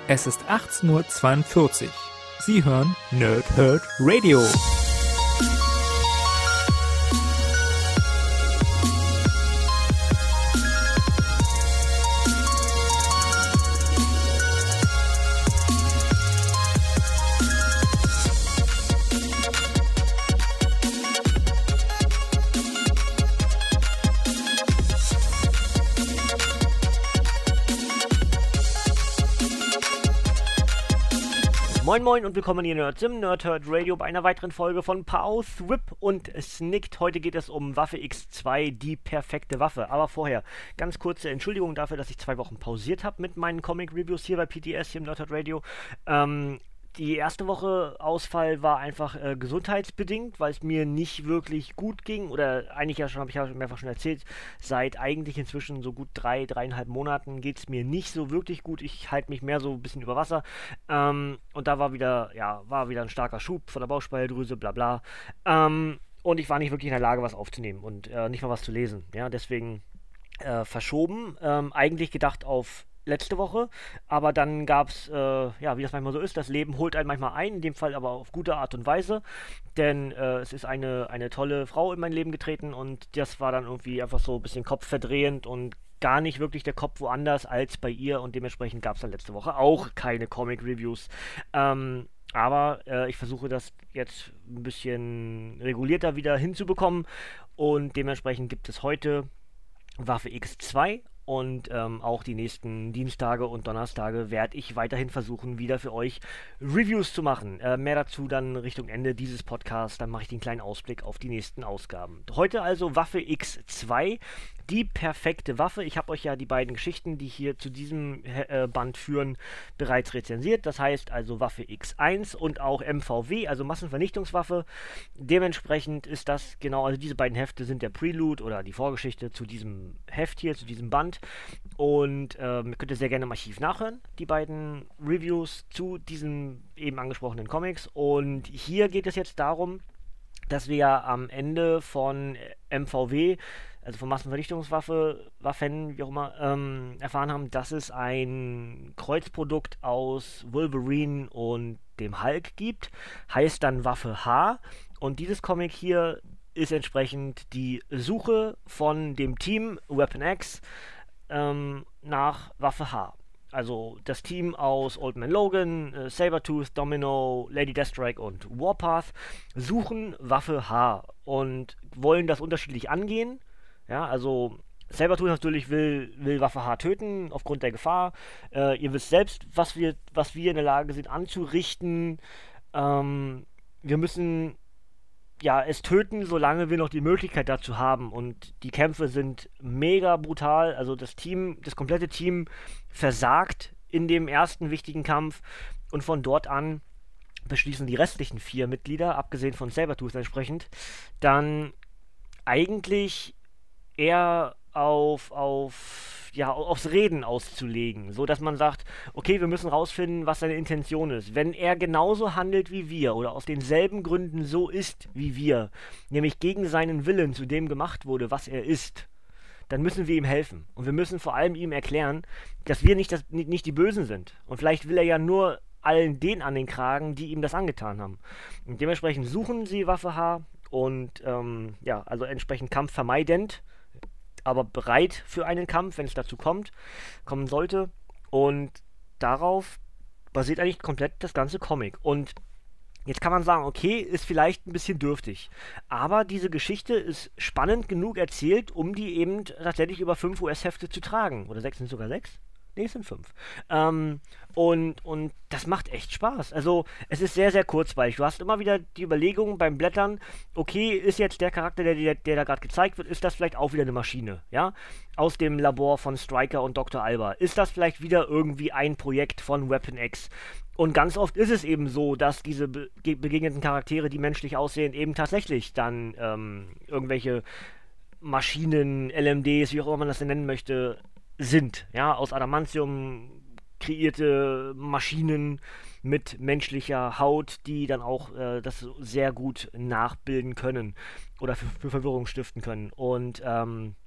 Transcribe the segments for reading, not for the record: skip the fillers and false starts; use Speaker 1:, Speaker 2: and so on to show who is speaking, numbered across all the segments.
Speaker 1: Es ist 18:42 Uhr. Sie hören Nerd Herd Radio.
Speaker 2: Moin Moin und willkommen hier Nerds im Nerd Herd Radio bei einer weiteren Folge von Pause, Whip und Snicked. Heute geht es um Waffe X2, die perfekte Waffe. Aber vorher ganz kurze Entschuldigung dafür, dass ich 2 Wochen pausiert habe mit meinen Comic-Reviews hier bei PTS, hier im Nerd Herd Radio. Die erste Woche Ausfall war einfach gesundheitsbedingt, weil es mir nicht wirklich gut ging. Oder eigentlich ja schon, habe ich ja mehrfach schon erzählt, seit eigentlich inzwischen so gut 3,5 Monaten geht es mir nicht so wirklich gut. Ich halte mich mehr so ein bisschen über Wasser. Und da war wieder ein starker Schub von der Bauchspeicheldrüse, bla bla. Und ich war nicht wirklich in der Lage, was aufzunehmen und nicht mal was zu lesen. Ja, deswegen verschoben. Eigentlich gedacht auf letzte Woche, aber dann gab es, wie das manchmal so ist, das Leben holt einen manchmal ein, in dem Fall aber auf gute Art und Weise, denn es ist eine tolle Frau in mein Leben getreten und das war dann irgendwie einfach so ein bisschen kopfverdrehend und gar nicht wirklich der Kopf woanders als bei ihr und dementsprechend gab es dann letzte Woche auch keine Comic-Reviews. Aber ich versuche das jetzt ein bisschen regulierter wieder hinzubekommen und dementsprechend gibt es heute Waffe X2. Und auch die nächsten Dienstage und Donnerstage werde ich weiterhin versuchen, wieder für euch Reviews zu machen. Mehr dazu dann Richtung Ende dieses Podcasts. Dann mache ich den kleinen Ausblick auf die nächsten Ausgaben. Heute also Waffe X2, die perfekte Waffe. Ich habe euch ja die beiden Geschichten, die hier zu diesem Band führen, bereits rezensiert. Das heißt also Waffe X1 und auch MVW, also Massenvernichtungswaffe. Dementsprechend ist das genau, also diese beiden Hefte sind der Prelude oder die Vorgeschichte zu diesem Heft hier, zu diesem Band. Und ihr könnt sehr gerne im Archiv nachhören, die beiden Reviews zu diesen eben angesprochenen Comics. Und hier geht es jetzt darum, dass wir ja am Ende von MVW, also von Waffen, wie auch immer, erfahren haben, dass es ein Kreuzprodukt aus Wolverine und dem Hulk gibt. Heißt dann Waffe H. Und dieses Comic hier ist entsprechend die Suche von dem Team Weapon X nach Waffe H. Also das Team aus Old Man Logan, Sabretooth, Domino, Lady Deathstrike und Warpath suchen Waffe H und wollen das unterschiedlich angehen. Ja, also Sabretooth natürlich will Waffe H töten aufgrund der Gefahr. Ihr wisst selbst, was wir in der Lage sind anzurichten. Wir müssen es töten, solange wir noch die Möglichkeit dazu haben. Und die Kämpfe sind mega brutal. Also das komplette Team versagt in dem ersten wichtigen Kampf. Und von dort an beschließen die restlichen 4 Mitglieder, abgesehen von Sabretooth entsprechend, dann eigentlich eher aufs Reden auszulegen, so dass man sagt, okay, wir müssen rausfinden, was seine Intention ist. Wenn er genauso handelt wie wir oder aus denselben Gründen so ist wie wir, nämlich gegen seinen Willen zu dem gemacht wurde, was er ist, dann müssen wir ihm helfen. Und wir müssen vor allem ihm erklären, dass wir nicht die Bösen sind. Und vielleicht will er ja nur allen denen an den Kragen, die ihm das angetan haben. Und dementsprechend suchen sie Waffe H und also entsprechend kampfvermeidend, aber bereit für einen Kampf, wenn es dazu kommen sollte. Und darauf basiert eigentlich komplett das ganze Comic. Und jetzt kann man sagen, okay, ist vielleicht ein bisschen dürftig. Aber diese Geschichte ist spannend genug erzählt, um die eben tatsächlich über 5 US-Hefte zu tragen. Oder 6, sind es sogar 6? Nee, es sind 5. Und das macht echt Spaß. Also, es ist sehr, sehr kurzweilig. Du hast immer wieder die Überlegung beim Blättern, okay, ist jetzt der Charakter, der da gerade gezeigt wird, ist das vielleicht auch wieder eine Maschine, ja? Aus dem Labor von Stryker und Dr. Alba. Ist das vielleicht wieder irgendwie ein Projekt von Weapon X? Und ganz oft ist es eben so, dass diese begegneten Charaktere, die menschlich aussehen, eben tatsächlich dann irgendwelche Maschinen, LMDs, wie auch immer man das denn nennen möchte, sind, ja, aus Adamantium kreierte Maschinen mit menschlicher Haut, die dann auch das sehr gut nachbilden können oder für Verwirrung stiften können. Und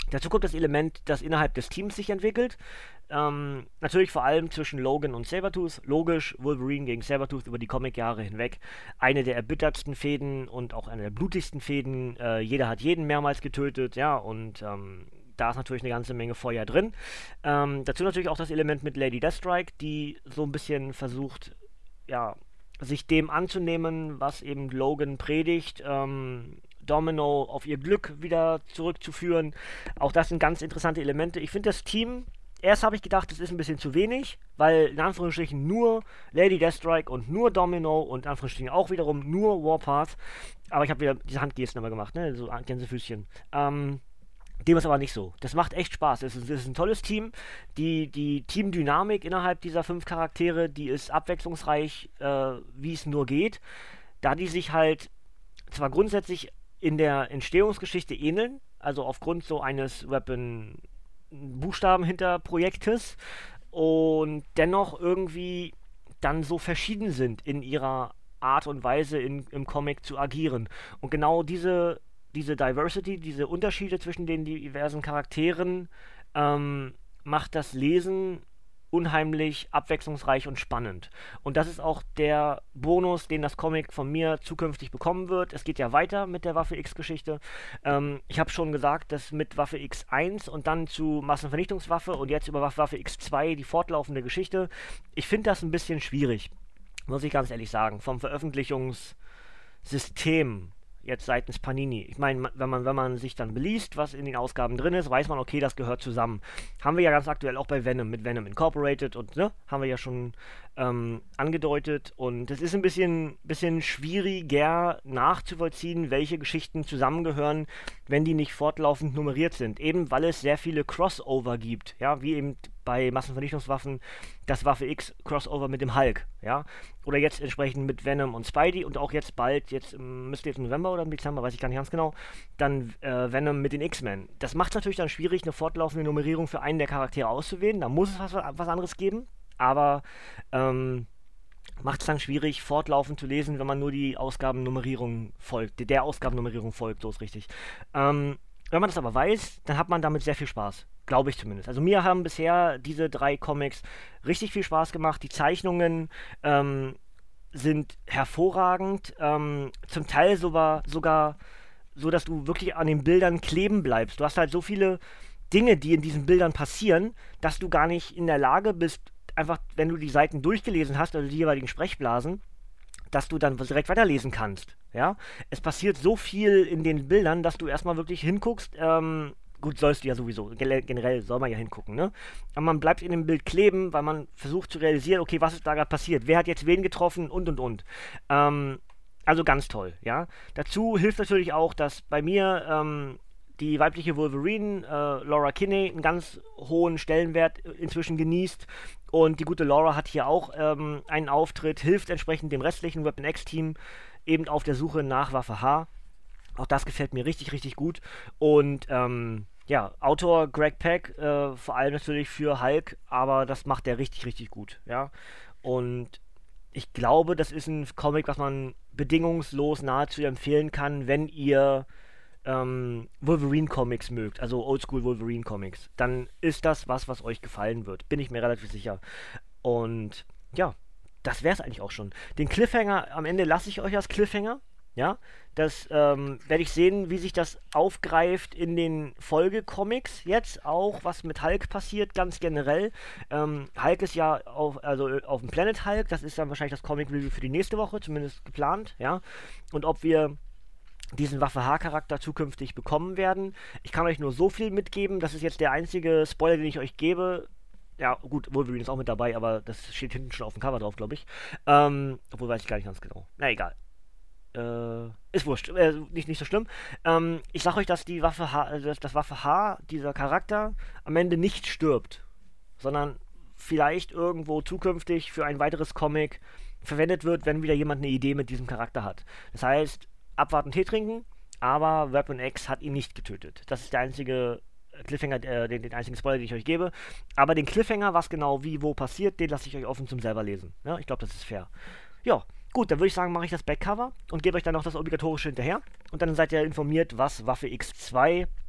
Speaker 2: Dazu kommt das Element, das innerhalb des Teams sich entwickelt. Natürlich vor allem zwischen Logan und Sabretooth. Logisch, Wolverine gegen Sabretooth über die Comic-Jahre hinweg. Eine der erbittertsten Fäden und auch eine der blutigsten Fäden. Jeder hat jeden mehrmals getötet, ja, und da ist natürlich eine ganze Menge Feuer drin. Dazu natürlich auch das Element mit Lady Deathstrike, die so ein bisschen versucht, ja, sich dem anzunehmen, was eben Logan predigt. Domino auf ihr Glück wieder zurückzuführen. Auch das sind ganz interessante Elemente. Ich finde das Team, erst habe ich gedacht, das ist ein bisschen zu wenig, weil in Anführungsstrichen nur Lady Deathstrike und nur Domino und in Anführungsstrichen auch wiederum nur Warpath. Aber ich habe wieder diese Handgesten aber gemacht, ne? So Gänsefüßchen. Dem ist aber nicht so. Das macht echt Spaß. Es ist ein tolles Team. Die Teamdynamik innerhalb dieser 5 Charaktere, die ist abwechslungsreich, wie es nur geht. Da die sich halt zwar grundsätzlich in der Entstehungsgeschichte ähneln, also aufgrund so eines Weapon-Buchstaben hinter Projektes und dennoch irgendwie dann so verschieden sind in ihrer Art und Weise im Comic zu agieren. Und genau diese Diversity, diese Unterschiede zwischen den diversen Charakteren macht das Lesen unheimlich abwechslungsreich und spannend. Und das ist auch der Bonus, den das Comic von mir zukünftig bekommen wird. Es geht ja weiter mit der Waffe X-Geschichte. Ich habe schon gesagt, dass mit Waffe X1 und dann zu Massenvernichtungswaffe und jetzt über Waffe X2 die fortlaufende Geschichte. Ich finde das ein bisschen schwierig, muss ich ganz ehrlich sagen, vom Veröffentlichungssystem jetzt seitens Panini. Ich meine, wenn man sich dann beliest, was in den Ausgaben drin ist, weiß man, okay, das gehört zusammen. Haben wir ja ganz aktuell auch bei Venom, mit Venom Incorporated und, ne, haben wir ja schon angedeutet. Und es ist ein bisschen schwieriger nachzuvollziehen, welche Geschichten zusammengehören, wenn die nicht fortlaufend nummeriert sind. Eben, weil es sehr viele Crossover gibt, ja, wie eben bei Massenvernichtungswaffen das Waffe X Crossover mit dem Hulk, ja, oder jetzt entsprechend mit Venom und Spidey und auch jetzt bald, müsste jetzt im November oder im Dezember, weiß ich gar nicht ganz genau, dann Venom mit den X-Men. Das macht es natürlich dann schwierig, eine fortlaufende Nummerierung für einen der Charaktere auszuwählen, da muss es was anderes geben, aber macht es dann schwierig, fortlaufend zu lesen, wenn man nur die Ausgabennummerierung folgt, der Ausgabennummerierung folgt, so ist richtig. Wenn man das aber weiß, dann hat man damit sehr viel Spaß. Glaube ich zumindest. Also mir haben bisher diese 3 Comics richtig viel Spaß gemacht. Die Zeichnungen sind hervorragend. Zum Teil sogar so, dass du wirklich an den Bildern kleben bleibst. Du hast halt so viele Dinge, die in diesen Bildern passieren, dass du gar nicht in der Lage bist, einfach, wenn du die Seiten durchgelesen hast, also die jeweiligen Sprechblasen, dass du dann direkt weiterlesen kannst. Ja? Es passiert so viel in den Bildern, dass du erstmal wirklich hinguckst. Gut, sollst du ja sowieso. Generell soll man ja hingucken, ne? Aber man bleibt in dem Bild kleben, weil man versucht zu realisieren, okay, was ist da gerade passiert? Wer hat jetzt wen getroffen? Und. Also ganz toll, ja. Dazu hilft natürlich auch, dass bei mir die weibliche Wolverine, Laura Kinney, einen ganz hohen Stellenwert inzwischen genießt. Und die gute Laura hat hier auch einen Auftritt, hilft entsprechend dem restlichen Weapon X-Team eben auf der Suche nach Waffe H. Auch das gefällt mir richtig, richtig gut. Und ja, Autor Greg Pak, vor allem natürlich für Hulk, aber das macht er richtig, richtig gut, ja. Und ich glaube, das ist ein Comic, was man bedingungslos nahezu empfehlen kann, wenn ihr Wolverine-Comics mögt, also Oldschool Wolverine-Comics. Dann ist das was euch gefallen wird, bin ich mir relativ sicher. Und ja, das wäre es eigentlich auch schon. Den Cliffhanger am Ende lasse ich euch als Cliffhanger. Ja, das werde ich sehen, wie sich das aufgreift in den Folgecomics jetzt auch, was mit Hulk passiert, ganz generell. Hulk ist ja auf dem Planet Hulk, das ist dann wahrscheinlich das Comic-Review für die nächste Woche, zumindest geplant, ja. Und ob wir diesen Waffe-H-Charakter zukünftig bekommen werden. Ich kann euch nur so viel mitgeben, das ist jetzt der einzige Spoiler, den ich euch gebe. Ja, gut, Wolverine ist auch mit dabei, aber das steht hinten schon auf dem Cover drauf, glaube ich. Obwohl weiß ich gar nicht ganz genau. Na, egal. Ist wurscht, nicht so schlimm. Ich sag euch, dass die Waffe H, das Waffe H, dieser Charakter, am Ende nicht stirbt, sondern vielleicht irgendwo zukünftig für ein weiteres Comic verwendet wird, wenn wieder jemand eine Idee mit diesem Charakter hat. Das heißt, abwarten, Tee trinken, aber Weapon X hat ihn nicht getötet. Das ist der einzige Cliffhanger, den einzigen Spoiler, den ich euch gebe. Aber den Cliffhanger, was genau wie wo passiert, den lasse ich euch offen zum selber lesen. Ja, ich glaube, das ist fair. Ja. Gut, dann würde ich sagen, mache ich das Backcover und gebe euch dann noch das Obligatorische hinterher. Und dann seid ihr informiert, was Waffe X2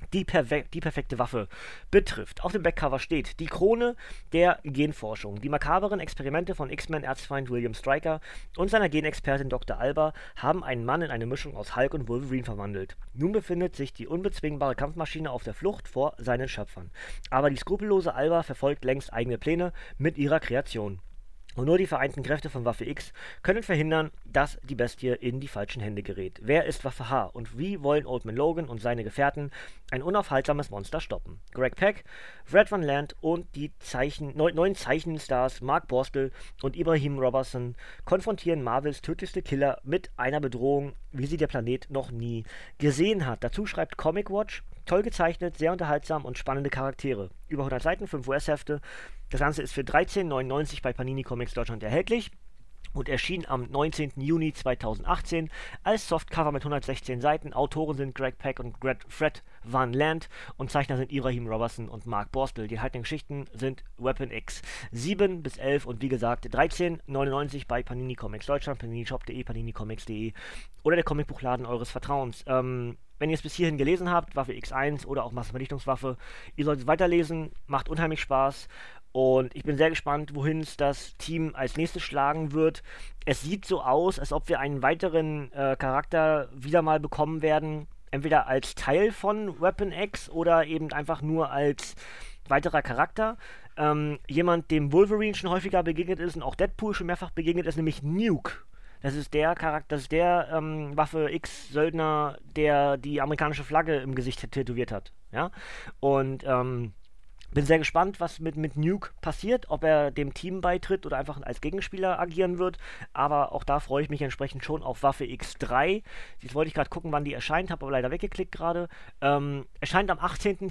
Speaker 2: die perfekte Waffe betrifft. Auf dem Backcover steht die Krone der Genforschung. Die makaberen Experimente von X-Men-Erzfeind William Stryker und seiner Genexpertin Dr. Alba haben einen Mann in eine Mischung aus Hulk und Wolverine verwandelt. Nun befindet sich die unbezwingbare Kampfmaschine auf der Flucht vor seinen Schöpfern. Aber die skrupellose Alba verfolgt längst eigene Pläne mit ihrer Kreation. Und nur die vereinten Kräfte von Waffe X können verhindern, dass die Bestie in die falschen Hände gerät. Wer ist Waffe H und wie wollen Old Man Logan und seine Gefährten ein unaufhaltsames Monster stoppen? Greg Pak, Fred Van Land und die neuen Zeichenstars Mark Borstel und Ibrahim Robertson konfrontieren Marvels tödlichste Killer mit einer Bedrohung, wie sie der Planet noch nie gesehen hat. Dazu schreibt Comic Watch: toll gezeichnet, sehr unterhaltsam und spannende Charaktere. Über 100 Seiten, 5 US-Hefte. Das Ganze ist für 13,99 bei Panini Comics Deutschland erhältlich und erschien am 19. Juni 2018 als Softcover mit 116 Seiten. Autoren sind Greg Pak und Fred Van Land und Zeichner sind Ibrahim Robertson und Mark Borstel. Die enthaltenen Geschichten sind Weapon X 7 bis 11 und wie gesagt 13,99 bei Panini Comics Deutschland, paninishop.de, paninicomics.de oder der Comicbuchladen eures Vertrauens. Wenn ihr es bis hierhin gelesen habt, Waffe X1 oder auch Massenvernichtungswaffe, ihr solltet weiterlesen, macht unheimlich Spaß. Und ich bin sehr gespannt, wohin es das Team als nächstes schlagen wird. Es sieht so aus, als ob wir einen weiteren Charakter wieder mal bekommen werden. Entweder als Teil von Weapon X oder eben einfach nur als weiterer Charakter. Jemand, dem Wolverine schon häufiger begegnet ist und auch Deadpool schon mehrfach begegnet ist, nämlich Nuke. Das ist der Charakter, das ist der Waffe X-Söldner, der die amerikanische Flagge im Gesicht tätowiert hat. Ja? Und bin sehr gespannt, was mit Nuke passiert, ob er dem Team beitritt oder einfach als Gegenspieler agieren wird. Aber auch da freue ich mich entsprechend schon auf Waffe X3. Jetzt wollte ich gerade gucken, wann die erscheint, habe aber leider weggeklickt gerade. Erscheint am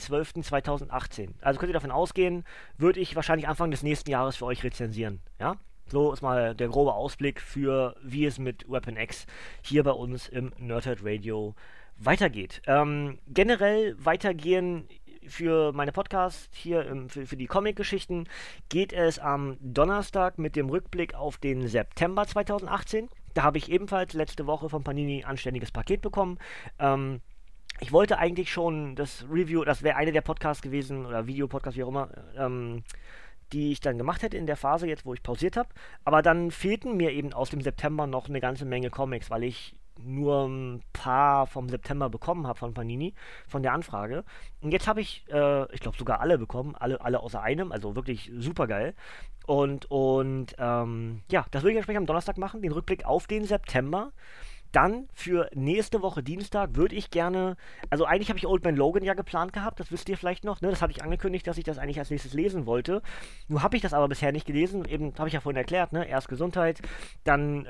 Speaker 2: 18.12.2018. Also könnt ihr davon ausgehen, würde ich wahrscheinlich Anfang des nächsten Jahres für euch rezensieren. Ja? So ist mal der grobe Ausblick für, wie es mit Weapon X hier bei uns im Nerdhurt Radio weitergeht. Generell weitergehen für meine Podcasts hier für die Comic-Geschichten geht es am Donnerstag mit dem Rückblick auf den September 2018. Da habe ich ebenfalls letzte Woche von Panini ein anständiges Paket bekommen. Ich wollte eigentlich schon das Review, das wäre eine der Podcasts gewesen oder Videopodcasts, wie auch immer, die ich dann gemacht hätte in der Phase jetzt, wo ich pausiert habe. Aber dann fehlten mir eben aus dem September noch eine ganze Menge Comics, weil ich nur ein paar vom September bekommen habe von Panini, von der Anfrage. Und jetzt habe ich glaube sogar alle bekommen, alle außer einem, also wirklich super geil. Und ja, das würde ich entsprechend am Donnerstag machen, den Rückblick auf den September. Dann für nächste Woche Dienstag würde ich gerne, also eigentlich habe ich Old Man Logan ja geplant gehabt, das wisst ihr vielleicht noch, ne? Das hatte ich angekündigt, dass ich das eigentlich als nächstes lesen wollte. Nur habe ich das aber bisher nicht gelesen, eben habe ich ja vorhin erklärt, ne? Erst Gesundheit, dann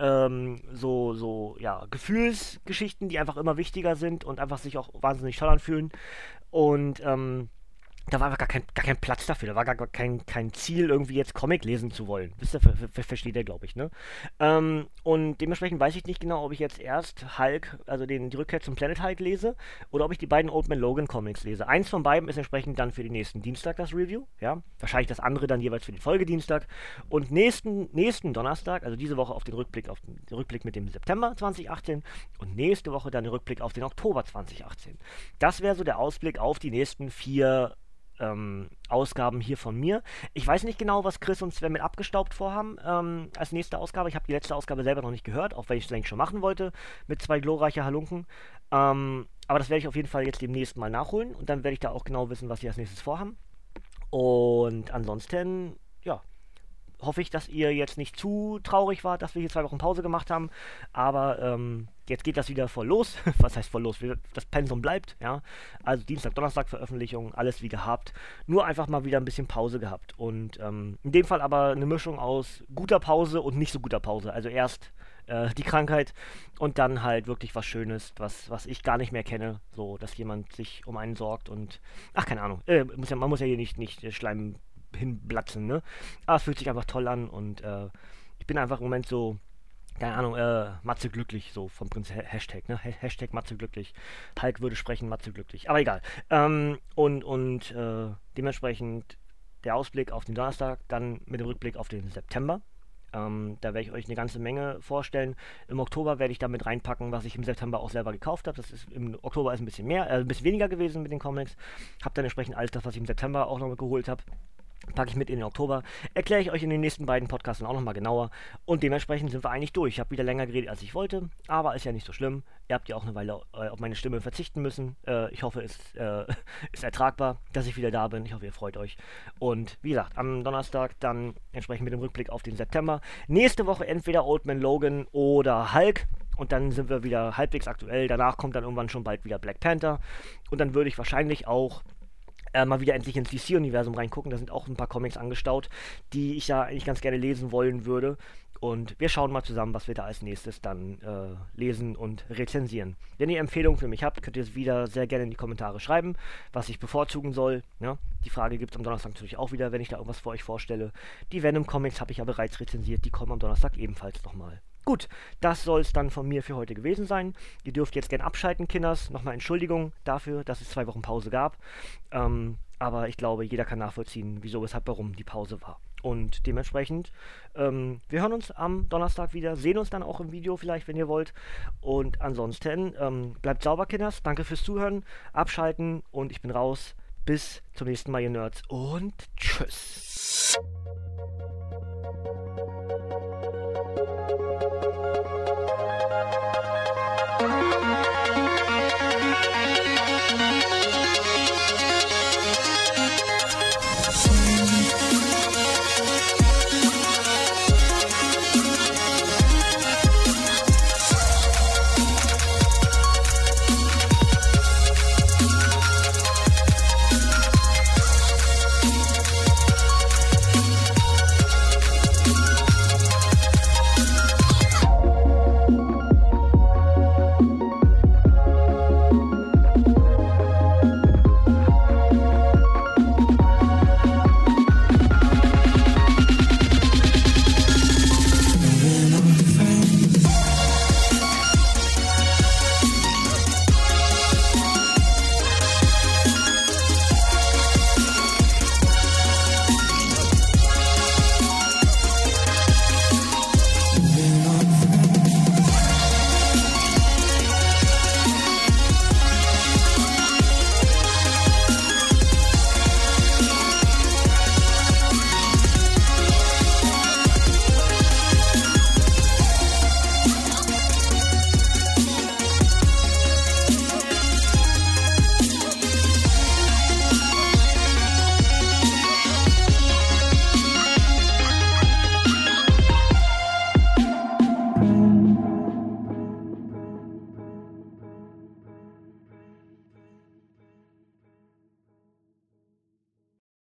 Speaker 2: ja, Gefühlsgeschichten, die einfach immer wichtiger sind und einfach sich auch wahnsinnig toll anfühlen. Und da war einfach gar kein Platz dafür, da war gar kein Ziel, irgendwie jetzt Comic lesen zu wollen. Wisst ihr, versteht ihr, glaube ich, ne? Und dementsprechend weiß ich nicht genau, ob ich jetzt erst Hulk, also die Rückkehr zum Planet Hulk lese, oder ob ich die beiden Old Man Logan Comics lese. Eins von beiden ist entsprechend dann für den nächsten Dienstag das Review, ja? Wahrscheinlich das andere dann jeweils für den Folgedienstag. Und nächsten Donnerstag, also diese Woche auf den Rückblick mit dem September 2018 und nächste Woche dann den Rückblick auf den Oktober 2018. Das wäre so der Ausblick auf die nächsten 4 Ausgaben hier von mir. Ich weiß nicht genau, was Chris und Sven mit Abgestaubt vorhaben als nächste Ausgabe. Ich habe die letzte Ausgabe selber noch nicht gehört, auch wenn ich es eigentlich schon machen wollte, mit 2 glorreiche Halunken. Aber das werde ich auf jeden Fall jetzt demnächst mal nachholen und dann werde ich da auch genau wissen, was sie als nächstes vorhaben. Und ansonsten, ja, hoffe ich, dass ihr jetzt nicht zu traurig wart, dass wir hier 2 Wochen Pause gemacht haben. Aber jetzt geht das wieder voll los. Was heißt voll los? Das Pensum bleibt, ja. Also Dienstag, Donnerstag Veröffentlichung, alles wie gehabt. Nur einfach mal wieder ein bisschen Pause gehabt. Und in dem Fall aber eine Mischung aus guter Pause und nicht so guter Pause. Also erst die Krankheit und dann halt wirklich was Schönes, was ich gar nicht mehr kenne. So, dass jemand sich um einen sorgt und, ach, keine Ahnung. Man muss ja hier nicht Schleim hinblatzen, ne? Aber es fühlt sich einfach toll an und ich bin einfach im Moment so, keine Ahnung, Matze glücklich, so vom Prinzip Hashtag, ne? Hashtag Matze glücklich. Hulk würde sprechen, Matze glücklich. Aber egal. Dementsprechend der Ausblick auf den Donnerstag, dann mit dem Rückblick auf den September. Da werde ich euch eine ganze Menge vorstellen. Im Oktober werde ich damit reinpacken, was ich im September auch selber gekauft habe. Das ist im Oktober ist ein bisschen mehr, ein bisschen weniger gewesen mit den Comics. Habe dann entsprechend alles das, was ich im September auch noch geholt habe, packe ich mit in den Oktober. Erkläre ich euch in den nächsten beiden Podcasts auch nochmal genauer. Und dementsprechend sind wir eigentlich durch. Ich habe wieder länger geredet, als ich wollte. Aber ist ja nicht so schlimm. Ihr habt ja auch eine Weile auf meine Stimme verzichten müssen. Ich hoffe, es ist ertragbar, dass ich wieder da bin. Ich hoffe, ihr freut euch. Und wie gesagt, am Donnerstag dann entsprechend mit dem Rückblick auf den September. Nächste Woche entweder Old Man Logan oder Hulk. Und dann sind wir wieder halbwegs aktuell. Danach kommt dann irgendwann schon bald wieder Black Panther. Und dann würde ich wahrscheinlich auch mal wieder endlich ins DC-Universum reingucken. Da sind auch ein paar Comics angestaut, die ich ja eigentlich ganz gerne lesen wollen würde. Und wir schauen mal zusammen, was wir da als nächstes dann lesen und rezensieren. Wenn ihr Empfehlungen für mich habt, könnt ihr es wieder sehr gerne in die Kommentare schreiben, was ich bevorzugen soll. Ja? Die Frage gibt es am Donnerstag natürlich auch wieder, wenn ich da irgendwas für euch vorstelle. Die Venom-Comics habe ich ja bereits rezensiert, die kommen am Donnerstag ebenfalls nochmal. Gut, das soll es dann von mir für heute gewesen sein. Ihr dürft jetzt gerne abschalten, Kinders. Nochmal Entschuldigung dafür, dass es 2 Wochen Pause gab. Aber ich glaube, jeder kann nachvollziehen, wieso, weshalb, warum die Pause war. Und dementsprechend, wir hören uns am Donnerstag wieder, sehen uns dann auch im Video vielleicht, wenn ihr wollt. Und ansonsten, bleibt sauber, Kinders. Danke fürs Zuhören, abschalten und ich bin raus. Bis zum nächsten Mal, ihr Nerds. Und tschüss.